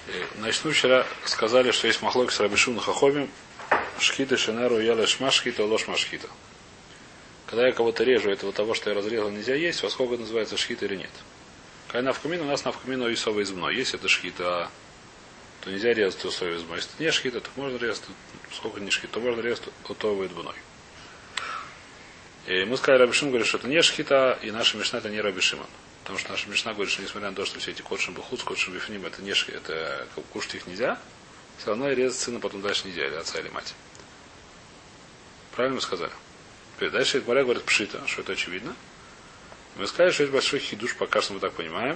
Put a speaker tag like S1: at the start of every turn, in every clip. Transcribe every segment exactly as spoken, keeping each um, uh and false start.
S1: Значит, мы вчера сказали, что есть махлок с Рабишим Хахомим, шхита шинару яля шма шхита лош машхита. Когда я кого-то режу, этого того, что я разрезал, нельзя есть, во сколько это называется шхита или нет. Когда навкамин, у нас навкамин исова измной. Если это шхита, то нельзя резать исова измной. Если это не шхита, то можно резать, сколько не шхита, то можно резать утова измной. И мы сказали, Рабишим говорит, что это не шхита, и наша мишна это не Рабишиман. Потому что наша мишна говорит, что несмотря на то, что все эти котшим бухуц, котшим бифним, это не шхита, это кушать их нельзя, все равно и резать сына потом дальше нельзя, или отца, или мать. Правильно мы сказали? Теперь дальше Гмара говорит пшита, что это очевидно. Мы сказали, что есть большой хидуш, пока что мы так понимаем.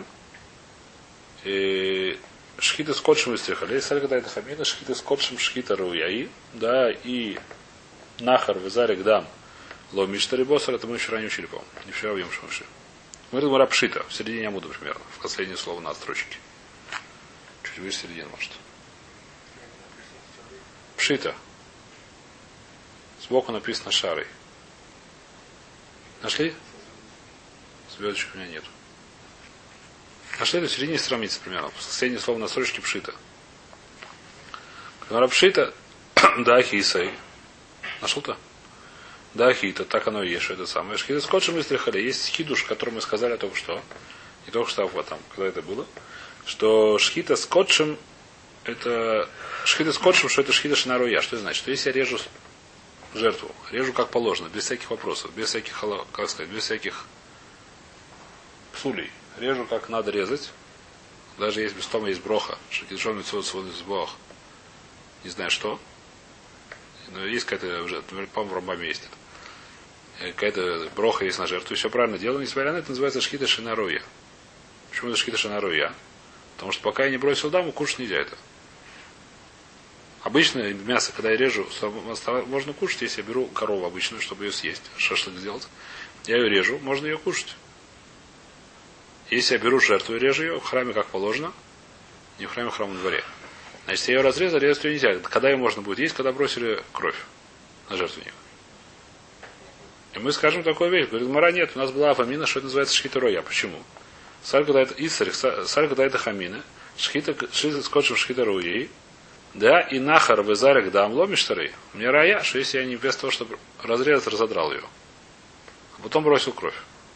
S1: И шхита с котшем истрихали. Если когда это хамина, шхита с котшем шхита руяи, да, и нахар визарик дам ломиштари босар, это мы вчера не учили, по-моему. Не вчера в Йом-Шом ушли. Мы это Гмара пшита, в середине Амуда примерно, в последнее слово на строчке. Чуть выше середины, может. Пшита. Сбоку написано шарой. Нашли? Звездочек у меня нет. Нашли это в середине страницы примерно. Последнее слово на строчке пшита. Когда пшита, да хисай. Нашел-то? Да хита, так оно и есть, что это самое. Шхита с котшем истрихали. Есть хидуш, который мы сказали только что. Не только что, а там, когда это было. Что шхита с котшем это шхита с котшем, что это шхита шинаруя. Что это значит? Что если я режу жертву, режу как положено, без всяких вопросов, без всяких, как сказать, без всяких псулей. Режу как надо резать. Даже есть без тома есть броха. Шакиджон митцвот сводит с бог. Не знаю что. Но есть какая-то, по-моему, в Рамбаме есть это. Какая-то броха есть на жертву. И все правильно делаем. Несмотря на это, называется шхита шинаруя. Почему это шхита шинаруя? Потому что пока я не бросил даму, кушать нельзя это. Обычно мясо, когда я режу, можно кушать, если я беру корову обычную, чтобы ее съесть, шашлык сделать. Я ее режу, можно ее кушать. Если я беру жертву и режу ее в храме как положено, не в храме, а в храмовом дворе. Значит, если я ее разрезал, резать ее нельзя. Когда ее можно будет есть, когда бросили кровь на жертвенник. И мы скажем такую вещь. Говорит, Мара, нет, у нас была афамина, что это называется шхита роя. Почему? Саль, когда это исарих, саль, когда это хамина, шхита, шхита скотчем шхита роей, да, и нахар везарик дам ломиштары. Мне рая, что если я не вместо того, чтобы разрезать, разодрал ее, а потом бросил кровь,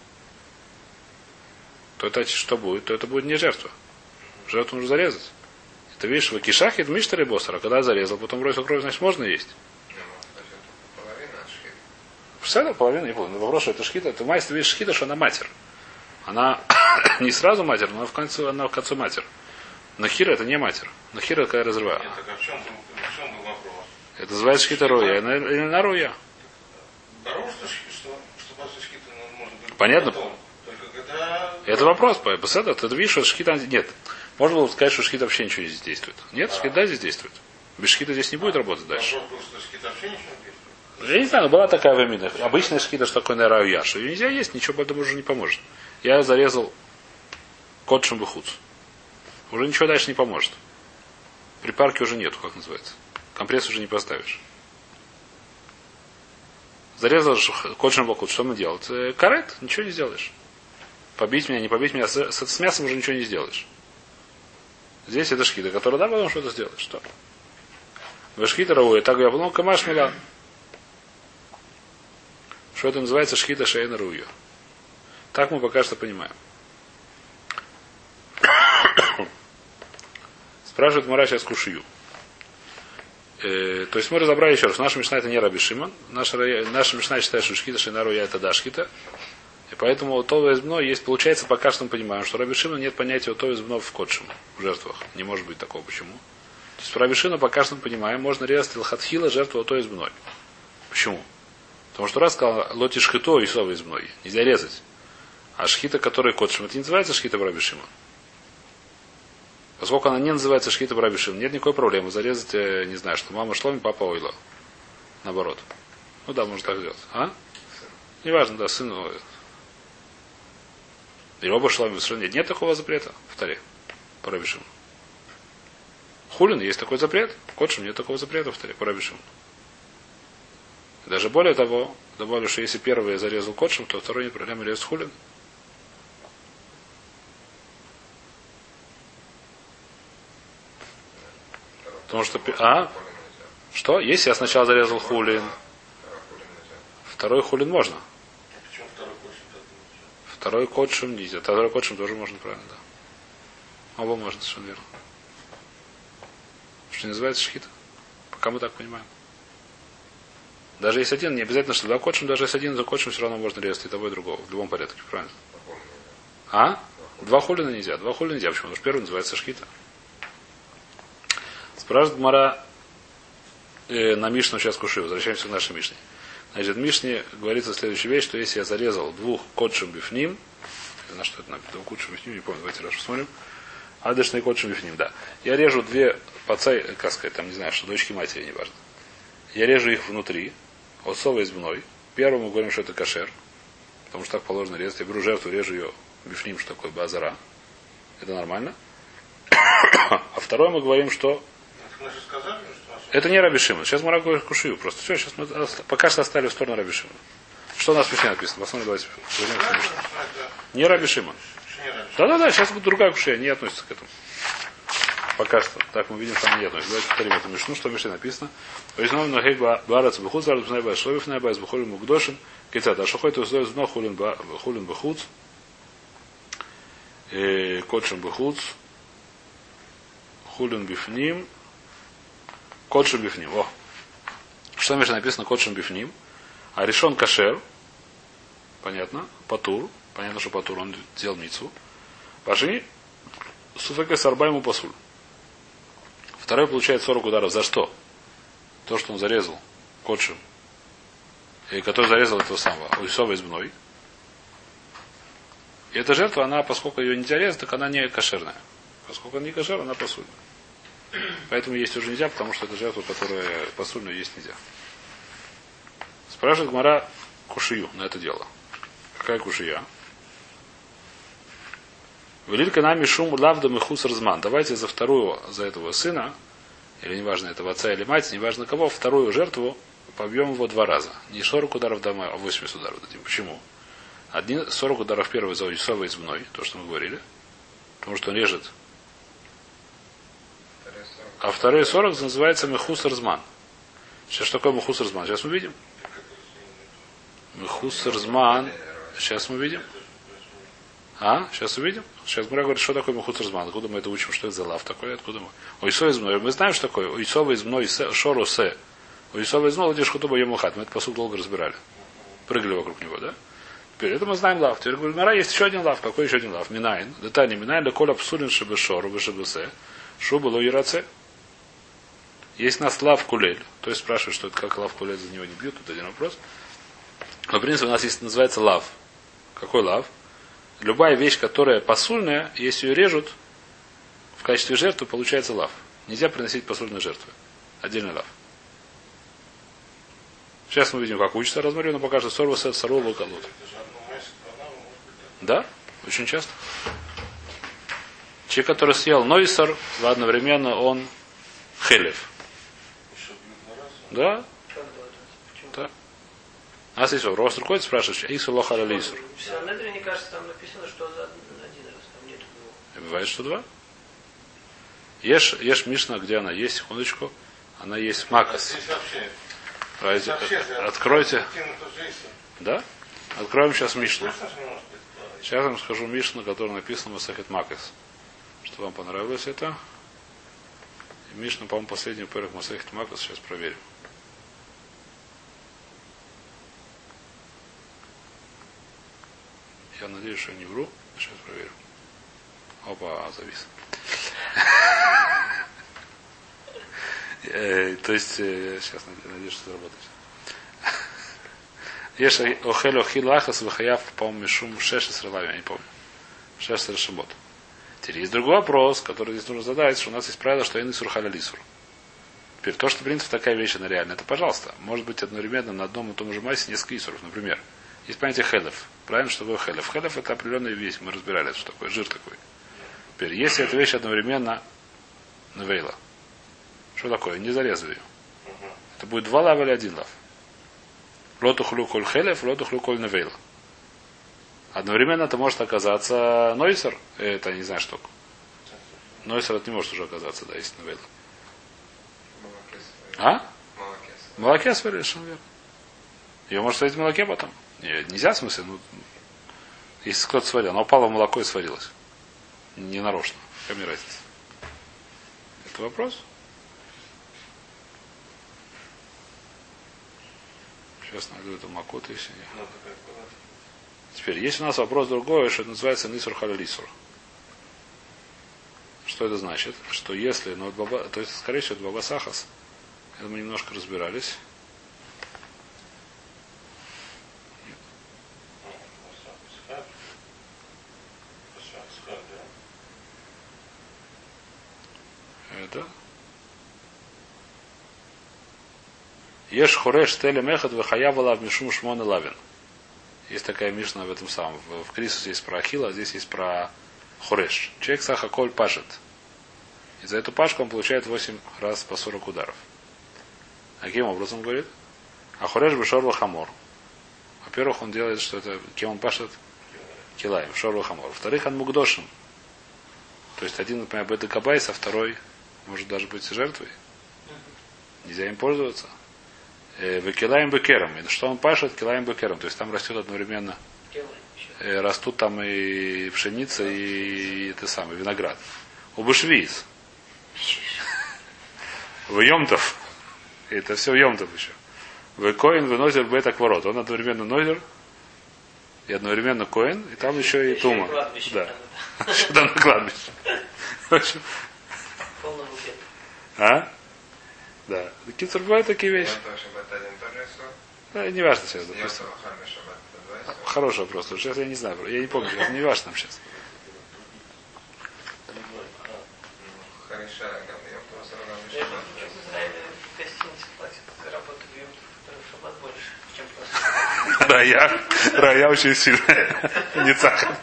S1: то это что будет? То это будет не жертва. Жертву нужно зарезать. Это видишь, в кишах это миштары боссера. Когда зарезал, потом бросил кровь, значит можно есть. Половина, половина, не помню. Вопрос, что это шхита. Это майстер, видишь, шхита, что она матер. Она не сразу матер, но в конце, она в конце матер. Но хира это не матер. Но хира это когда разрываю.
S2: Нет, так а в чем, в чем был вопрос?
S1: Это называется шхита роя. Или на роя.
S2: Дороже, что, что, что после шхита может быть.
S1: Понятно?
S2: Потом. Только когда... Это
S1: вопрос, по это, ты видишь, что шхита нет. Можно было сказать, что шхита вообще ничего здесь действует. Нет, а. Шхита здесь действует. Без шхита здесь не будет а. работать дальше.
S2: Вопрос был, что шхита вообще ничего не действует.
S1: Я не знаю, но была такая вамина. Обычная шхита, что такое на раю что ее нельзя есть, ничего поэтому уже не поможет. Я зарезал котшем бухуц. Уже ничего дальше не поможет. Припарки уже нету, как называется. Компресс уже не поставишь. Зарезал котшем бухуц, что мы делаем? Карет, ничего не сделаешь. Побить меня, не побить меня, с, с, с мясом уже ничего не сделаешь. Здесь это шхита, которая да, потом что-то сделает. Что? Вы шхита рауэ, так я подумал, камаш мила. Что это называется шхита шейна руя. Так мы пока что понимаем. Спрашивает Мара сейчас кушию. Э, то есть мы разобрали еще раз. Наша мишна это не Раби Шимон. Наша, наша мишна считает, что шхита шейна руя это да шхита. И поэтому то из мной есть, получается, пока что мы понимаем, что Раби Шимон нет понятия то из мнов в котшем, в жертвах. Не может быть такого. Почему? То есть в Раби Шимона пока что мы понимаем, можно резать лхатхила жертву то из мной. Почему? Потому что раз сказал лоти шхито и сова из мной. Нельзя резать. А шхита, которая котшем, это не называется шхита в Раби Шимон. Поскольку она не называется шхита в Раби Шимон, нет никакой проблемы зарезать, не знаю, что мама шломи, папа ойла. Наоборот. Ну да, можно так сделать. А? Неважно, да, сыну. И оба шломи нет, нет такого запрета в Таре по Раби Шимону. Хулин есть такой запрет, котшем нет такого запрета в Таре по Раби Шимону. Даже более того, добавлю, что если первый я зарезал котшем, то второй не проблема резать хулин. Потому что... А? Что? Если я сначала зарезал хулин, второй хулин можно.
S2: Почему второй кочем так нельзя?
S1: Второй кочем нельзя. Второй кочем тоже можно, правильно, да. Оба можно, совершенно верно. Что называется шхита? Пока мы так понимаем. Даже если один, не обязательно, что два кочем, даже если один за кочем, все равно можно резать и того, и другого. В любом порядке, правильно? А? Два хулина нельзя. Два хулина нельзя. Почему? Потому что первый называется шхита. Спрашивает Гмара э, на Мишну сейчас куши. Возвращаемся к нашей Мишне. Значит, в Мишне говорится следующая вещь, что если я зарезал двух кочем бифним, на что это написано? Двух кочем бифним, не помню, давайте раз посмотрим. Адышный кочем бифним, да. Я режу две пацай, как сказать, там, не знаю, что дочки матери, неважно. Я режу их внутри, отцовой избной. Первому мы говорим, что это кашер, потому что так положено резать. Я беру жертву, режу ее бифним, что такое базара. Это нормально. А второе мы говорим, что это не Раби Шимон. Сейчас мы говорим кушию. Просто все, сейчас мы пока что оставили в сторону Раби Шимона. Что у нас в Мишне написано? Посмотрим, давайте. Не Раби Шимон. Да-да-да, сейчас будет другая кушия, не относится к этому. Пока что. Так мы видим, там не относится. Давайте повторим эту Мишну, что в Мишне написано. Возьмем на хейк барац бухуц, барац бухуц, шловив найбайс бухулин мукдошин, кицат. А шохой то условие зно хулин бухуц, кочем бухуц, хулин бифним, кочем бифним. О. Что в Мишне написано кочем бифним? А решен кашер, понятно, патур, понятно, что патур, он делал мицу. Пашини, суфека сарба ему пасуль. Второй получает сорок ударов. За что? То, что он зарезал кочем. И который зарезал этого самого Уйсова избной. И эта жертва, она, поскольку ее нельзя резать, так она не кошерная. Поскольку она не кошер, она пасульная. Поэтому есть уже нельзя, потому что это жертва, которая пасульную есть нельзя. Спрашивает Гмара кушию на это дело. Какая кушия? Велилька нами шум лавдам и хусарзман. Давайте за вторую, за этого сына, или неважно, этого отца или мать, неважно кого, вторую жертву побьем его два раза. Не сорок ударов дома, а восемьдесят ударов дадим. Почему? Один, сорок ударов первый за Исова избной, то, что мы говорили. Потому что он режет. А вторые сорок называется мехусарзман. Сейчас что такое мехусарзман? Сейчас мы видим. Мехусарзман. Сейчас мы видим. А? Сейчас увидим. Сейчас Гмара говорит, что такое мехусарзман. Откуда мы это учим, что это за лав такой? Откуда мы? Ойсова избной. Мы знаем, что такое. Ойсова избной шору се. Ойсова избной ладишь хутуба емухат. Мы это посуд долго разбирали. Прыгали вокруг него, да? Теперь это мы знаем лав. Теперь говорит, Гмара, есть еще один лав. Какой еще один лав? Минайн. Детальный минайн. Да коля псулин шибы шору, вышибы се. Шубы ло яраце. Есть у нас лав кулель. То есть спрашивают, что это как лав кулель, за него не бьют. Тут один вопрос. Но в принципе у нас есть, называется лав. Какой лав? Любая вещь, которая посульная, если ее режут, в качестве жертвы получается лав. Нельзя приносить посульные жертвы. Отдельный лав. Сейчас мы видим, как учится размеренно, но пока что сорву сет, сорву колод. Да? Очень часто. Человек, который съел нойсер, одновременно он хелев. Да? Да. У нас есть вопрос. Рукой спрашиваешь, Ису лохаля лисур.
S3: В Силамедре, мне кажется, там написано, что за один раз, там нет двух.
S1: Бывает, что два. Ешь, ешь Мишна, где она есть, секундочку. Она есть Макас. Давайте, откройте. Да? Откроем сейчас Мишну. Сейчас я вам скажу Мишну, который написан в Масахет Макас. Что вам понравилось это? И Мишна, по-моему, последний пэрок Масахет Макас. Сейчас проверим. Я надеюсь, что я не вру. Сейчас проверим. Опа, завис. То есть, сейчас надеюсь, что заработает. Ешь охель охил ахас выхаяв, по-моему, мишум шешес релави, я не помню. Шешес решебот. Теперь есть другой вопрос, который здесь нужно задать, что у нас есть правило, что ины сурхаля лисур. Теперь то, что, в принципе, такая вещь, она реальная, это, пожалуйста, может быть одновременно на одном и том же массе несколько исуров. Например, есть понятие хелев. Правильно, что такое хелев? Хелев это определенная вещь, мы разбирали, что такое жир такой. Теперь, если эта вещь одновременно навейла, что такое? Не зарезали ее. Это будет два лава или один лав. Лоту хлю коль хелев, лоту хлю коль навейла. Одновременно это может оказаться нойсер. Это не знаю что. Нойсер это не может уже оказаться, да, если навейла. А? В молоке сварили, что верно. Ее можно сварить в молоке потом. Ее нельзя, в смысле, ну, если кто-то сварил, она упала в молоко и сварилась. Не нарочно. Какая мне разница? Это вопрос? Сейчас найду эту макоту, если не. Теперь, есть у нас вопрос другой, что это называется нисур халилисур. Что это значит? Что если, ну, баба, то есть, скорее всего, это баба сахас. Это мы немножко разбирались. Это. Еш хореш теле мехат вахая была в мишум шмон и лавин. Есть такая мишна в этом самом. В, в Крисусе есть про Ахила, а здесь есть про хореш. Человек сахаколь пашет. И за эту пашку он получает восемь раз по сорок ударов. А каким образом говорит? А хореш бы шорва хамор. Во-первых, он делает, что это, кем он пашет? Килаем, шорва хамор. Во-вторых, он мукдошим. То есть один, например, бета кабайс, а второй может даже быть жертвой. Нельзя им пользоваться. В килаем бекером. И что он пашет? Килаем бекером. То есть там растет одновременно. Растут там и пшеница, и это самое, виноград. У бушвиз. В Йомтов. Это все Йомтов еще. В Коин выносит бета кворот. Он одновременно нозер и одновременно Коин, и там еще и Тума. Да. Еще там на кладбище. А? Да. Кицур, бывают такие вещи. Да, не важно сейчас, допустим. Хороший вопрос. Сейчас я не знаю. Я не помню. Это не важно нам сейчас. Рая. Рая очень сильная. Не цаха.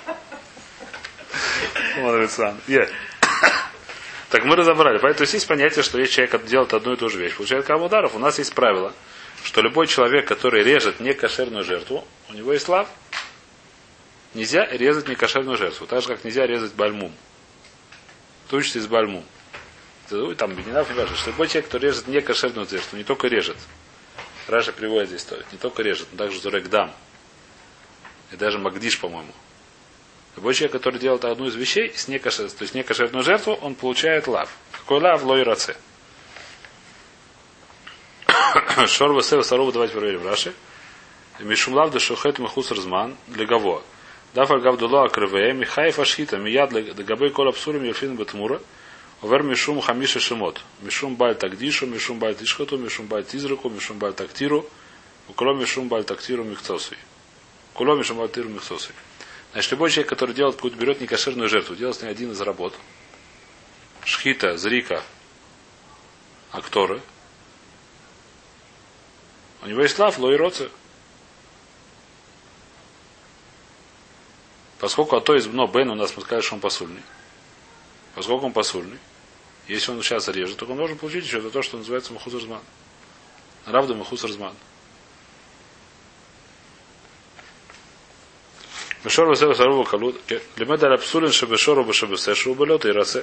S1: Так мы разобрали. Поэтому есть понятие, что есть человек, который делает одну и ту же вещь. Получает камударов. У нас есть правило, что любой человек, который режет некошерную жертву, у него есть лав. Нельзя резать некошерную жертву. Так же, как нельзя резать бальмум. Кто учится из бальмум? Там беднинав не важно. Что любой человек, который режет некошерную жертву, не только режет. Раша приводит здесь историю. Не только режет, но также зурекдам. И даже магдиш, по-моему. Любой человек, который делает одну из вещей, с некошер, то есть некошерную жертву, он получает лав. Какой лав? Лой раце. Шорва сева сарова, давайте проверим Раши. Мишум лав да шухет махус разман для гаво. Дафаль гавдуло акрыве, михаев ашхита, мияд для габей кол абсурим ельфин батмура. Овер мишум хамиша шимот. Мишум баль тагдишу, мишум баль тишхату, мишум баль тизраку, мишум баль тактиру. Уколо мишум баль тактиру михцосуй. Куло мишум баль тиру михцосуй. Значит, любой человек, который делает какую-то, берет некошерную жертву, делает с ней один из работ. Шхита, зрика, акторы. У него есть лав, лой роцы. Поскольку а то из бно бен у нас мы сказали, что он посульный. Поскольку он посульный, если он сейчас режет, то он должен получить еще это то, что называется махус разман. Равда махус разман. Бешор васева сарова калут. Лемеда рапсулин шебешору бешебесешу убалет и расе.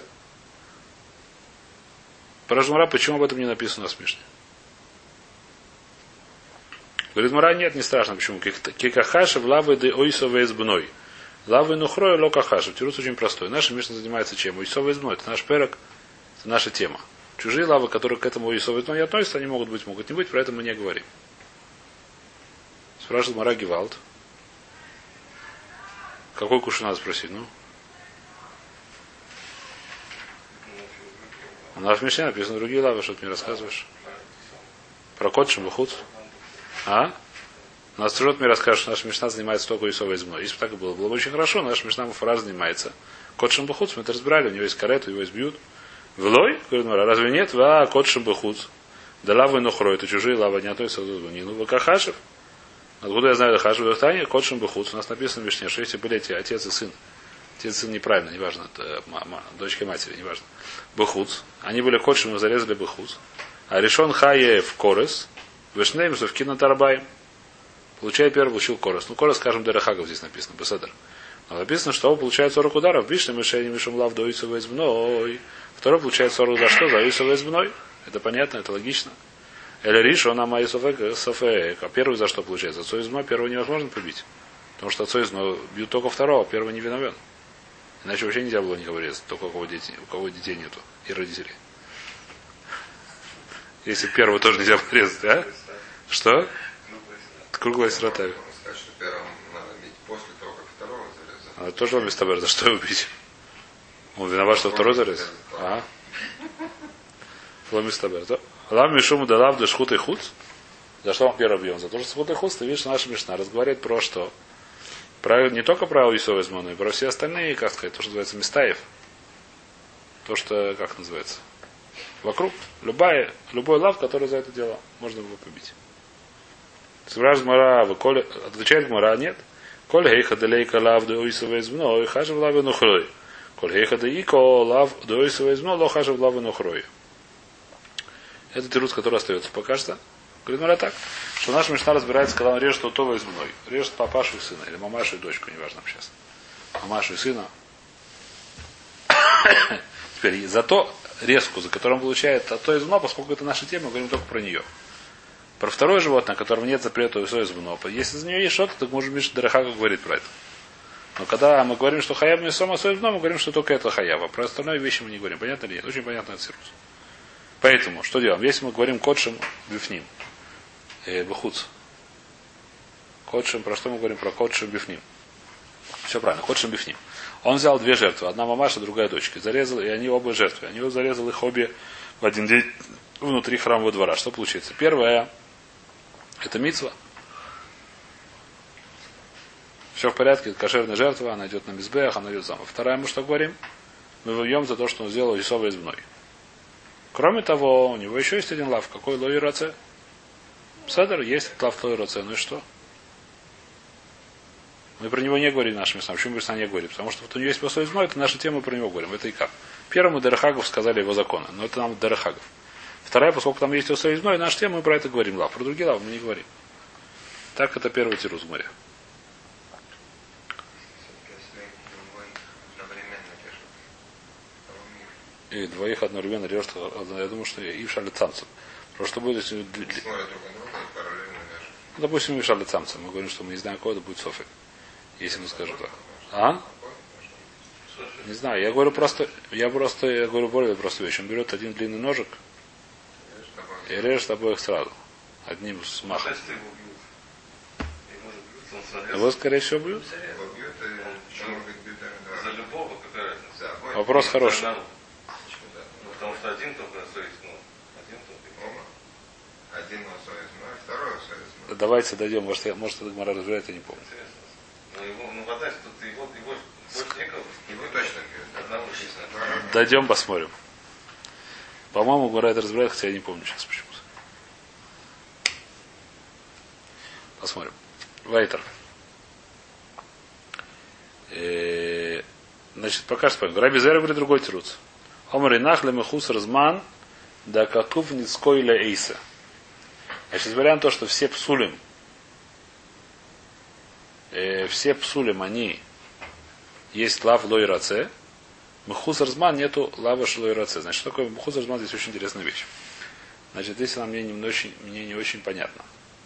S1: Паражмара, почему об этом не написано смешно? Говорит, Мара, нет, не страшно. Почему? Кикахаши в лавы де ойсове избной. Лавы нухрой локахаши. Тирус очень простой. Наша Мишна занимается чем? Ойсове избной. Это наш перек, это наша тема. Чужие лавы, которые к этому ойсове избной не относятся, они могут быть, могут не быть, про это мы не говорим. Спрашивает Мара Гевалд. Какой куш надо спросить? Ну? У нас в Мишне написано другие лавы, что ты мне рассказываешь. Про кот шамбухут. А? У нас Трот мне расскажет, что наша Мишна занимается только Исовой измной. Если бы так и было, было бы очень хорошо, но наша Мишна Муфараж занимается. Кот шамбухут, мы это разбирали, у него есть карет, его избьют. Влой? Говорит Мара, разве нет? Ва, кот шамбухут. Да лавы нухрой, это чужие лавы, не относятся к Нину. Вакахашев. Откуда я знаю Хашев в Тане? Кот шамбухут. У нас написано в Мишне, что если были эти отец и сын. Отец и сын неправильно, неважно, это мама, дочка и матери, неважно. Бухут. Они были котшем и зарезали бухут. А решен хаев корес. Вешнеймсов кинотарбай. Получает первый, получил корос. Ну, корос, скажем, Дерахагов здесь написано, Беседер. Но написано, что он получает сорок ударов. Вишна мишени мишум лав до исова избной. Второй получает сорок ударов. Что за исова избной? Это понятно, это логично. Эля Риш, он амай софек. А первый за что получается? Отцой изма первого невозможно побить. Потому что отцой изма бьют только второго, первый не виновен. Иначе вообще нельзя было никого резать, только у кого детей, у кого детей нету. И родителей. Если первого тоже нельзя порезать, а? Что? Круглая сирота.
S4: Сказать, что первым надо бить после того, как второго зарезать.
S1: А тоже он мистабер, за что его бить? Он виноват, что второй зарез? Ага. Фломистабер. Лам мишуму да лав дешхут и худ. За что он первый бьем? За то, что схут и худ, ты видишь, наша мишна разговаривает про что? Про, не только про Исова изму, но и про все остальные, как сказать, то, что называется мистаев. То, что, как называется? Вокруг. Любая, любой лав, который за это дело, можно его побить. Отвечает Гмара, нет. Коль хейха делейка лав до Исова изму, и хажев лавы нухрой. Коль хейха деико лав до Исова изму, ло хажев лавы нухрой. Это тирус, который остается пока что. Говорит, ну, так, что наш Мишна разбирается, когда он режет утого из мной. Режет папашу и сына, или мамашу и дочку, неважно сейчас. Мамашу и сына. Теперь, за то резку, за которым получает а то из мно, поскольку это наша тема, мы говорим только про нее. Про второе животное, которому нет запрета у из мно. Если за нее есть что-то, то может Миша Дарахага говорит про это. Но когда мы говорим, что хаяб не сома из мно, мы говорим, что только это хаяба. Про остальные вещи мы не говорим. Понятно ли? Очень понятно от сирус. Поэтому, что делаем? Если мы говорим кодшим бифним, э, бахуц. Кодшим, про что мы говорим? Про кодшим бифним. Все правильно, кодшим бифним. Он взял две жертвы, одна мамаша, другая дочка. Зарезал, и они оба жертвы. Они зарезал их обе в один день внутри храмового двора. Что получается? Первое, это мицва. Все в порядке, это кошерная жертва, она идет на мизбех, она идет замок. Вторая, мы что говорим? Мы выем за то, что он сделал Исова из мной. Кроме того, у него еще есть один лав. Какой лови роце? Седер, есть лав лови роце. Ну и что? Мы про него не говорим нашими снами. Почему мы про не говорим? Потому что вот у него есть посол из мной, это наша тема, мы про него говорим. Это и как. Первому Дарахагов сказали его законы. Но это нам Дарахагов. Вторая, поскольку там есть посол из мной, наша тема, мы про это говорим. Лав. Про другие лавы мы не говорим. Так это первый тирус в море. И двоих одновременно режет, я думаю, что и в шале цамцем. Потому что будет, если... Ну, допустим, и в шале цамцем. Мы говорим, что мы не знаем, кого это будет софик. Если мы скажем так. А? Не знаю, я говорю просто, я просто, я говорю более простую вещь. Он берет один длинный ножик и режет обоих сразу. Одним смахом. Его, скорее всего, бьют. Вопрос хороший.
S2: Потому что один только союз, ну, один только.
S4: Один союз, ну, а второй союз.
S1: Давайте дойдем, может, я, может, это Гмара разбирает, я не помню.
S2: Ну, его, ну, вода, тут его, его больше некого.
S4: Его точно бьют.
S1: Дойдем, посмотрим. По-моему, Гмара это разбирает, хотя я не помню сейчас почему-то. Посмотрим. Вайтер. Э-э- значит, пока что понял. Раби Зера говорит другой тируц. Омар инах лемехус разман да какув ницкой ля эйса. Значит, несмотря на то, что все псулим, э, все псулим, они есть лав лой раце, мехус разман нету лава шлой раце. Значит, что такое мехус разман? Здесь очень интересная вещь. Значит, здесь она мне не очень, мне не очень понятно.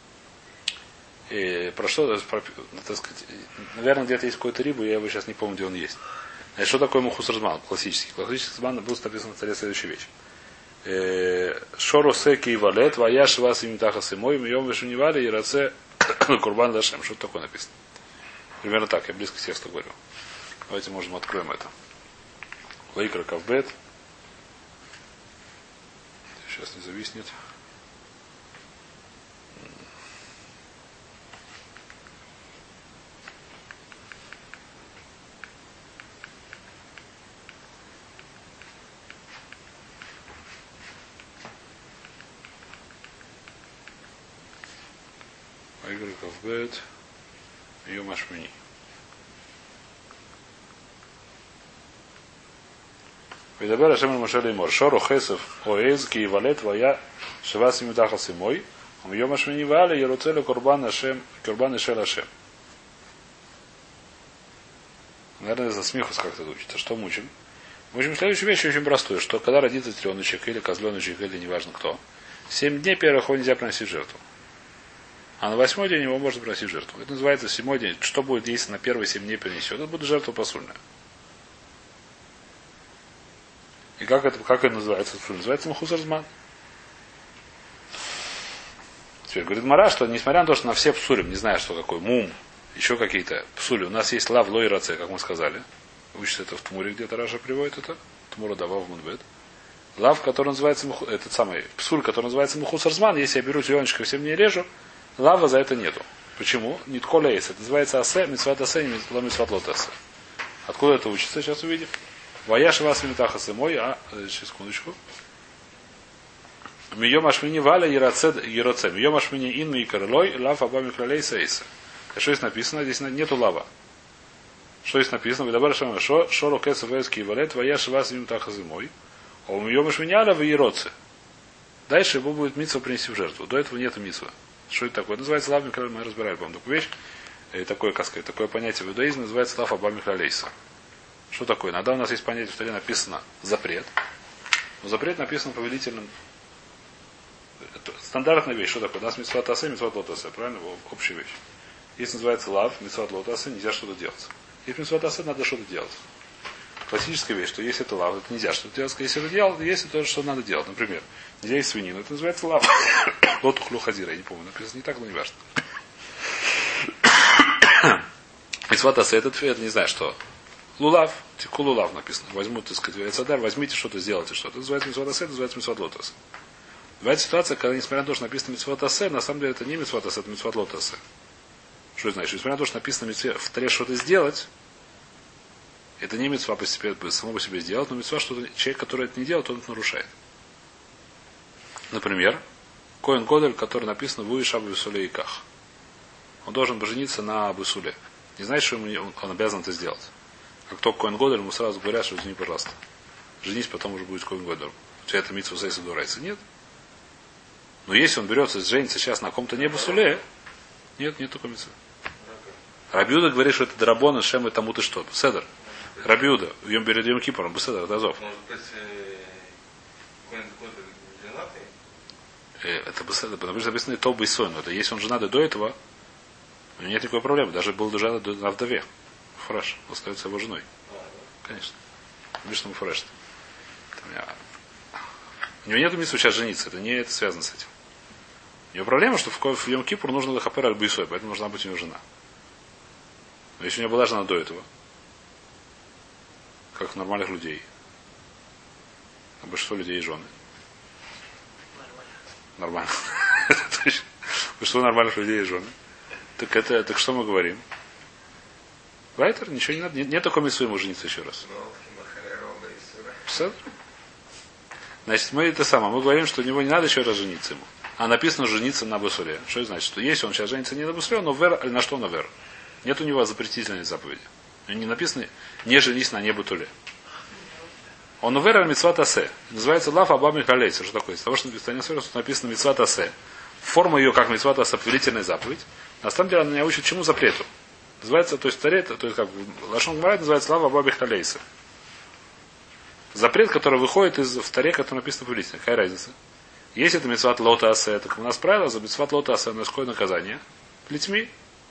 S1: И про что, про, так сказать, наверное, где-то есть какой-то рибу, я его сейчас не помню, где он есть. Значит, что такое мухус разман? Классический. Классический разман будет написано в царе следующая вещь. Шоро секи и валет, ваяш вас им тахас и мой, мьем вешунивали, и раце курбан лашем. Что такое написано? Примерно так, я близко к тексту говорю. Давайте, можем, откроем это. Лейкра кавбет. Сейчас не зависнет. Лейкра кавбет. Йом ашмини. Видабер Ашем Моше Леймор. Шору Хесев Оэз Ки Валет Вая Шевас Имитахас Имой. Он Йом Ашмини Вали Еруцелю Курбан Ашем Курбан Ишел Ашем. Наверное, за смехус как-то учится. Что мучим? В общем, следующая вещь очень простая, что когда родится теленочек или козленочек, или неважно кто, семь дней первых его нельзя приносить жертву. А на восьмой день его можно приносить жертву. Это называется седьмой день. Что будет, если на первые семь дней принесет? Это будет жертва посульная. И как это, как это называется? Называется махусарзман. Теперь говорит Мара, что несмотря на то, что на все псулим, не знаю, что такое, мум, еще какие-то псули, у нас есть лав, ло и раце, как мы сказали. Учится это в Тмуре, где-то Раша приводит это. Тмура дава в Мунбет. Лав, который называется, этот самый псуль, который называется мухусарзман, если я беру теленочка, всем не режу, лава за это нету. Почему? Нитколя есть. Это называется асе, митцват асе, не митцват лот асе. Откуда это учится, сейчас увидим. Ваяши вас митахасы мой, а, сейчас, секундочку. Мием ашмини валя ероце. Мием ашмини ин ми карлой, лав абами кралей сейса. Что здесь написано? Здесь нету лава. Что здесь написано? Выдабар шама шо, шо рокеса вэски валет, ваяши вас митахасы мой. А у мием ашмини аля в ероце. Дальше его будет митцва принести в жертву. До этого нету митцва. Что это такое? Это называется лав микралей, мы разбирали, по-моему, такую вещь. И такое, как сказать, такое понятие в иудаизме называется лав аба микралейса. Что такое? Иногда у нас есть понятие, в Торе написано запрет. Но запрет написан повелительным. Это стандартная вещь. Что такое? У нас митцват асе, митцват лот асе. Правильно? Общая вещь. Если называется лав, митцват лот асе, нельзя что-то делать. Если митцват асе, надо что-то делать. Классическая вещь, что если это лав, это нельзя что-то делать. Если это делать, если то, что надо делать. Например, нельзя есть свинину. Это называется лав. Лоту хлюхазира, я не помню. Написано не так, но не важно. Митцват асе, это, это не знаю что. Лулав, тику лулав написано. Возьмут, так сказать, цадар, возьмите что-то, сделайте что-то. Это называется митцват асе, это называется митцват лот асе. Бывает ситуация, когда, несмотря на то, что написано митцват асе, на самом деле это не митцват асе, это митцват лот асе. Что это значит? Несмотря на то, что написано в Торе что-то сделать, это не митцва по себе, само по себе сделать, но митцва, что человек, который это не делает, он это нарушает. Например, Коэн Годель, который написано в Уиш Абу Бесуле и Ках. Он должен пожениться на Абусуле. Не знаешь, что ему, он обязан это сделать. Как только Коэн Годель, ему сразу говорят, что извини, пожалуйста. Женись, потом уже будет Коэн Годель. У тебя это митцва сейса дурайся. Нет. Но если он берется, женится сейчас на ком-то не Абусуле, нет, нет такой митцвы. Рабиуда говорит, что это драбон, шем и тому ты что. Седер. Рабиуда, в Йом перед Йом Кипуром, Беседер, Дазов. Это Беседер, потому что написано то Бейсон. Это если он женат до этого, у него нет никакой проблемы. Даже был женат на вдове. Фреш, он остается его женой. Конечно. Видишь, что фреш. У него нет митцвы сейчас жениться, это не это связано с этим. У него проблема, что в Йом Кипур нужно лахапер аль Бейсой, поэтому должна быть у него жена. Но если у него была жена до этого, как у нормальных людей. А большинство людей есть жены. Нормально. Большинство нормальных людей есть жены. Так это, так что мы говорим? Вайтер, ничего не надо. Нет, нет такой митцвы ему жениться еще раз. Все? Значит, мы это самое. Мы говорим, что у него не надо еще раз жениться ему. А написано жениться на Бусуле. Что это значит? Что если он сейчас женится не на Бусуле, но вер, на что на вер? Нет у него запретительной заповеди. Не написано не женись на небутуле. Он увер митцват асе. Называется лав аба михалейса. Что такое? Из того, что написано митцват асе. Форма ее как митцват асе, повелительная заповедь. На самом деле она меня учит чему запрету. Называется, то есть тарет, то есть как Лашон Гмарай называется лав аба михалейса. Запрет, который выходит из в таре, который написано повелительно. Какая разница? Если это митцват лота асе, так у нас правило за митцват лота асе на какое наказание? Плетьми.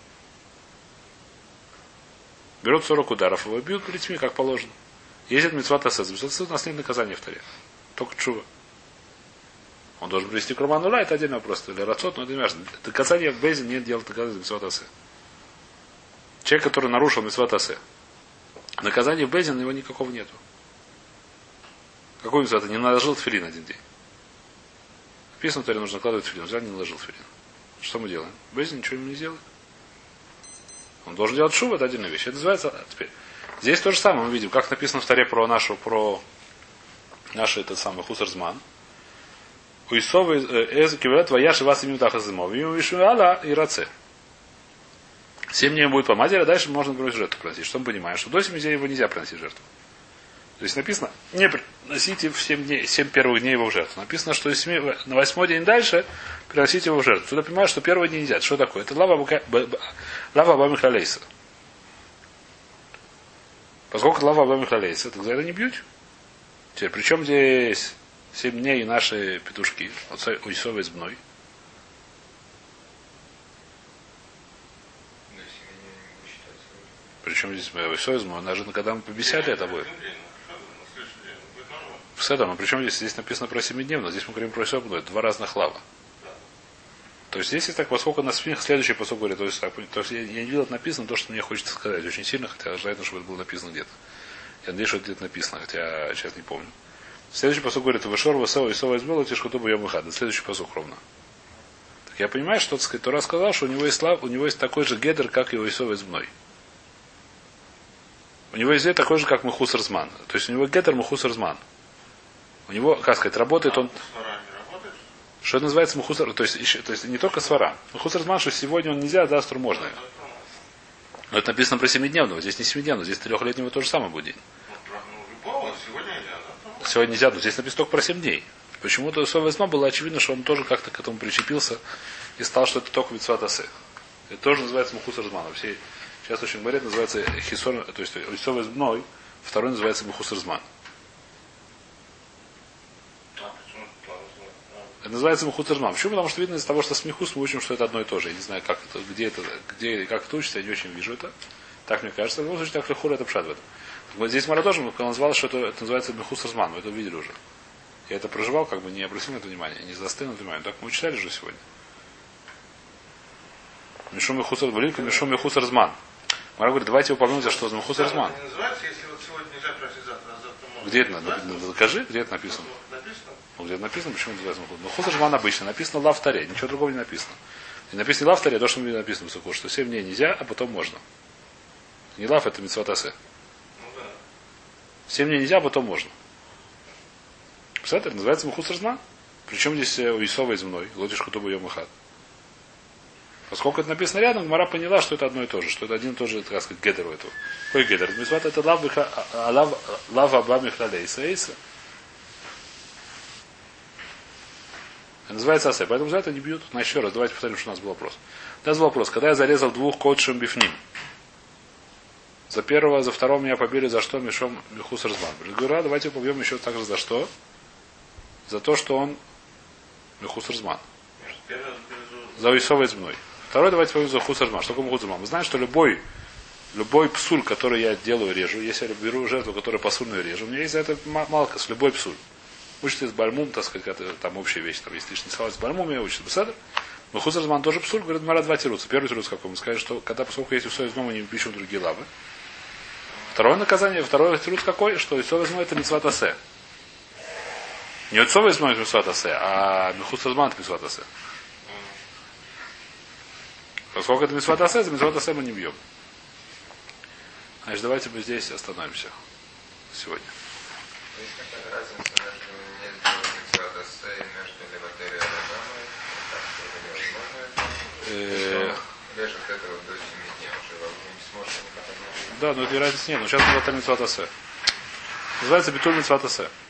S1: Берут сорок ударов, его бьют плетьми, как положено. Если это митцват асе, у нас нет наказания в таре. Только чува. Он должен привести к Роману Ла, это отдельный вопрос. Или рацот, но это не важно. Наказание в Бейзе нет делать наказание за митцват асе. Человек, который нарушил митцват асе. Наказания в Бейзе, на него никакого нету. Какой митцват? Не наложил тфилин один день. Написано, что нужно накладывать тфилин. Взял, не наложил тфилин. Что мы делаем? В Бейзе ничего ему не сделает. Он должен делать шубу, это отдельная вещь. Это называется теперь. Здесь то же самое мы видим, как написано в таре про нашу, про наш этот самый хусарзман. У Исовы эзекивет ваяши вас именно тахазымов. Ему вишу ала и раце. Семь дней будет по матери, а дальше можно бросить жертву приносить. Что мы понимаем? Что до семи дней его нельзя приносить жертву. То есть написано, не приносите в семь дней, семь первых дней его в жертву. Написано, что на восьмой день дальше приносите его в жертву. Туда понимаешь, что первый день нельзя. Что такое? Это лава аба михалейса. Поскольку лава аба михалейса, так за это не бьют. Теперь, причем здесь семь дней и наши петушки? У Исова из Бной. Причем здесь у Исова из Бной? Даже когда мы побесяли, это будет. В Седом, а причем здесь, здесь написано про семидневно, здесь мы говорим про Исова Бной. Два разных лава. То есть здесь, так, поскольку на спинах следующий посок говорит, то есть, так, то есть я, я не видел это написано, то, что мне хочется сказать очень сильно, хотя желательно, чтобы это было написано где-то. Я надеюсь, что это где-то написано, хотя сейчас не помню. Следующий посок говорит, Вышор, Высова, Исова избыл, Тишхуту Бьем Выхада. Следующий посок ровно. Так я понимаю, что, так сказать, Тора сказал, что у него есть слав, у него есть такой же гедер, как и у Исова из Бной. У него есть такой же, как Мухус Разман. То есть у него гедер Мухус Разман. У него, как сказать, работает он. Что это называется Мухусар? То есть, еще, то есть не только свара. Мухусар Разман, что сегодня он нельзя, а завтра можно. Но это написано про семидневного. Здесь не семидневного, здесь трехлетнего то же самое будет. Сегодня нельзя, но здесь написано только про семь дней. Почему-то у Исова из Бной было очевидно, что он тоже как-то к этому причепился и стал, что это только Мицват Асе. Это тоже называется Мухусар Разман. Все сейчас очень говорят, называется Хисор, то есть у Исова из Бной, второй называется Мухусар Разман. Это называется Мухусар Разман. Почему? Потому что видно из того, что с Михус мы учим, что это одно и то же. Я не знаю, как это, где это, где и как это учится, я не очень вижу это. Так мне кажется. В любом случае, так легко это пшат в этом. Вот здесь Мара тоже назвал, что это, это называется Мухусар Разман. Вы это увидели уже. Я это проживал, как бы не обратил на это внимание, не застыл на это внимание. Так мы читали же сегодня. Мишу Михусар, Валинка, Мишу Михусар Разман. Мара говорит, давайте упомянем, за что за Михусар Разман. Где это надо? Докажи, где это написано. Ну, где это написано, почему это называется Мухусар? Мухусар Разман обычно написано лав таре, ничего другого не написано. И написано не лав таре, то, что мне написано высоко, что семь дней нельзя, а потом можно. Не лав, это мицват асе. Семь дней нельзя, а потом можно. Представляете, это называется Мухусар Разман. Причем здесь у Исова из Мной, Лотиш Хутубу Йом Эхад. Поскольку это написано рядом, Гмара поняла, что это одно и то же, что это один и тот же, так сказать, гедер у этого. Какой гедер? Мицват это лав аба михлалейса эйса. Называется асе. Поэтому за это не бьют. На еще раз, давайте повторим, что у нас был вопрос. У нас был вопрос, когда я зарезал двух кодшим бифним. За первого, за второго меня побили за что? Мишом Михус Разман. Говорю, давайте побьем еще также за что? За то, что он Михус Разман. За Исова из Бной. Второй давайте побьем за Михус Разман. Что такое Михус Разман? Мы знаем, что любой, любой псуль, который я делаю, режу, если я беру жертву, которая пасульную режу, у меня есть за это малкас, любой псуль. Учится из бальмум, так сказать, это там общая вещь, там есть лишний слова из бальмум, я учусь. Беседа. Но Михус Разман тоже псуль, говорит, Мара два тируца. Первый тируц какой? Мы скажем, что когда, поскольку есть Исова из Бной, мы не пишем другие лавы. Второе наказание, второй тирут какой, что Исова из Бной это мицват асе. Не Исова из Бной это мицват асе, а Михус Разман это мицват асе. Поскольку это мицват асе, за мицват асе мы не бьем. Значит, давайте мы здесь остановимся сегодня.
S4: Есть какая-то разница между мицват асе и между леватерией и Адамой? Режет это вот до семи дней уже, вы не сможете никак.
S1: Да, но этой разницы нет. Но сейчас называется мицват асе. Называется битуль мицват асе.